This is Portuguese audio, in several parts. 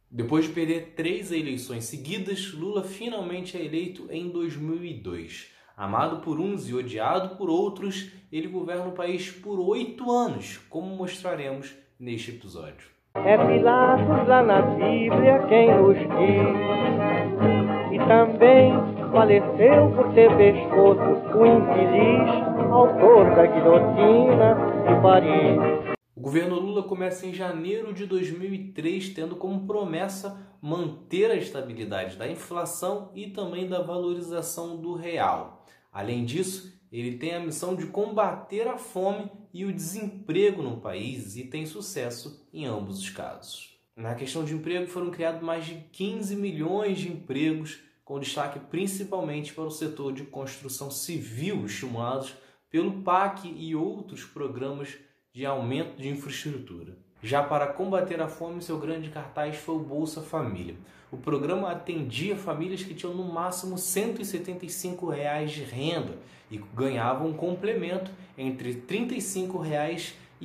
Depois de perder 3 eleições seguidas, Lula finalmente é eleito em 2002. Amado por uns e odiado por outros, ele governa o país por 8 anos, como mostraremos neste episódio. É Pilatos lá na Bíblia quem nos diz, e também faleceu por ter pescoço o infeliz autor da guilhotina de Paris. O governo Lula começa em janeiro de 2003, tendo como promessa manter a estabilidade da inflação e também da valorização do real. Além disso, ele tem a missão de combater a fome e o desemprego no país e tem sucesso em ambos os casos. Na questão de emprego, foram criados mais de 15 milhões de empregos, com destaque principalmente para o setor de construção civil, estimulados pelo PAC e outros programas de aumento de infraestrutura. Já para combater a fome, seu grande cartaz foi o Bolsa Família. O programa atendia famílias que tinham no máximo R$ 175 de renda e ganhavam um complemento entre R$ 35 e R$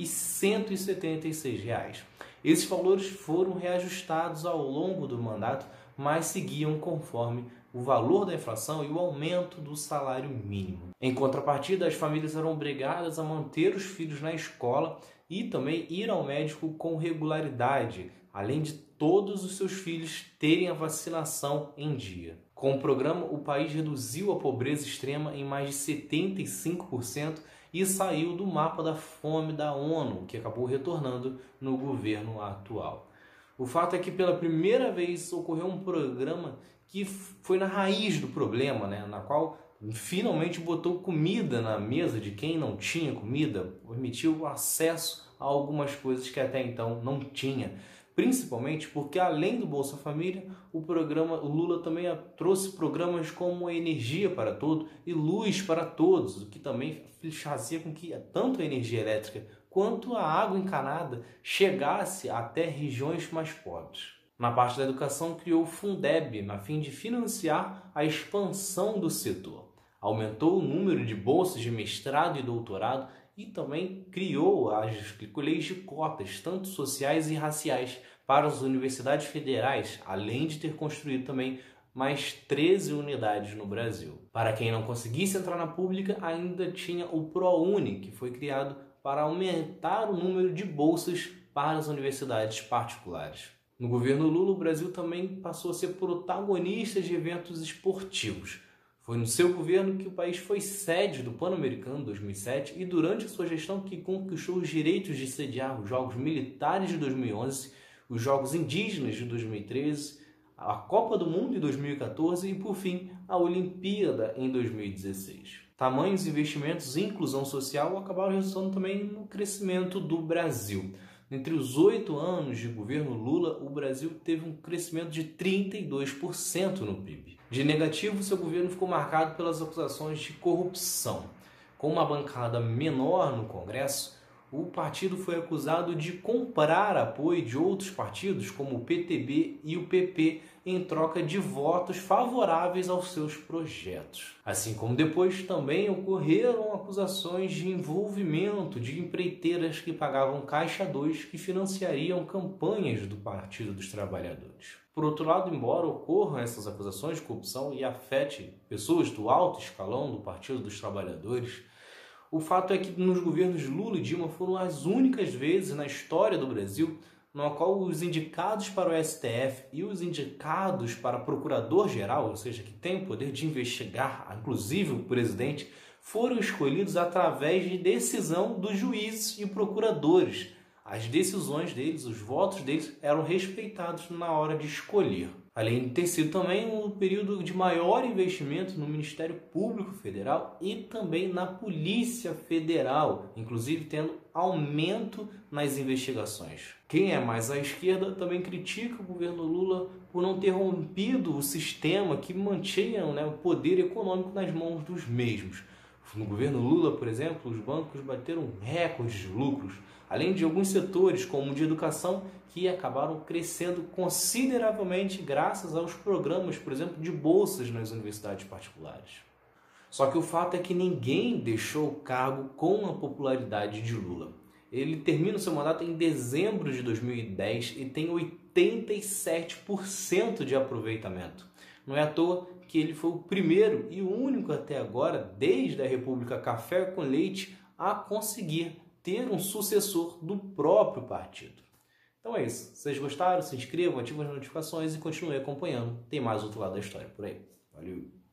176. Esses valores foram reajustados ao longo do mandato, mas seguiam conforme o valor da inflação e o aumento do salário mínimo. Em contrapartida, as famílias eram obrigadas a manter os filhos na escola e também ir ao médico com regularidade, além de todos os seus filhos terem a vacinação em dia. Com o programa, o país reduziu a pobreza extrema em mais de 75% e saiu do mapa da fome da ONU, que acabou retornando no governo atual. O fato é que pela primeira vez ocorreu um programa que foi na raiz do problema, na qual finalmente botou comida na mesa de quem não tinha comida, permitiu o acesso a algumas coisas que até então não tinha. Principalmente porque, além do Bolsa Família, o Lula também trouxe programas como Energia para Todos e Luz para Todos, o que também fazia com que tanto a energia elétrica quanto a água encanada chegasse até regiões mais pobres. Na parte da educação, criou o Fundeb, a fim de financiar a expansão do setor. Aumentou o número de bolsas de mestrado e doutorado e também criou as leis de cotas, tanto sociais e raciais, para as universidades federais, além de ter construído também mais 13 unidades no Brasil. Para quem não conseguisse entrar na pública, ainda tinha o ProUni, que foi criado para aumentar o número de bolsas para as universidades particulares. No governo Lula, o Brasil também passou a ser protagonista de eventos esportivos. Foi no seu governo que o país foi sede do Pan-Americano 2007 e durante a sua gestão que conquistou os direitos de sediar os Jogos Militares de 2011, os Jogos Indígenas de 2013, a Copa do Mundo em 2014 e, por fim, a Olimpíada em 2016. Tamanhos investimentos em inclusão social acabaram resultando também no crescimento do Brasil. Entre os 8 anos de governo Lula, o Brasil teve um crescimento de 32% no PIB. De negativo, seu governo ficou marcado pelas acusações de corrupção. Com uma bancada menor no Congresso, o partido foi acusado de comprar apoio de outros partidos, como o PTB e o PP, em troca de votos favoráveis aos seus projetos. Assim como depois também ocorreram acusações de envolvimento de empreiteiras que pagavam Caixa 2 que financiariam campanhas do Partido dos Trabalhadores. Por outro lado, embora ocorram essas acusações de corrupção e afete pessoas do alto escalão do Partido dos Trabalhadores, o fato é que nos governos Lula e Dilma foram as únicas vezes na história do Brasil no qual os indicados para o STF e os indicados para procurador-geral, ou seja, que tem o poder de investigar, inclusive o presidente, foram escolhidos através de decisão dos juízes e procuradores. As decisões deles, os votos deles eram respeitados na hora de escolher. Além de ter sido também um período de maior investimento no Ministério Público Federal e também na Polícia Federal, inclusive tendo aumento nas investigações. Quem é mais à esquerda também critica o governo Lula por não ter rompido o sistema que mantinha o poder econômico nas mãos dos mesmos. No governo Lula, por exemplo, os bancos bateram recordes de lucros, além de alguns setores, como o de educação, que acabaram crescendo consideravelmente graças aos programas, por exemplo, de bolsas nas universidades particulares. Só que o fato é que ninguém deixou o cargo com a popularidade de Lula. Ele termina o seu mandato em dezembro de 2010 e tem 87% de aproveitamento. Não é à toa que ele foi o primeiro e o único até agora, desde a República Café com Leite, a conseguir ter um sucessor do próprio partido. Então é isso. Se vocês gostaram, se inscrevam, ativem as notificações e continuem acompanhando. Tem mais outro lado da história por aí. Valeu!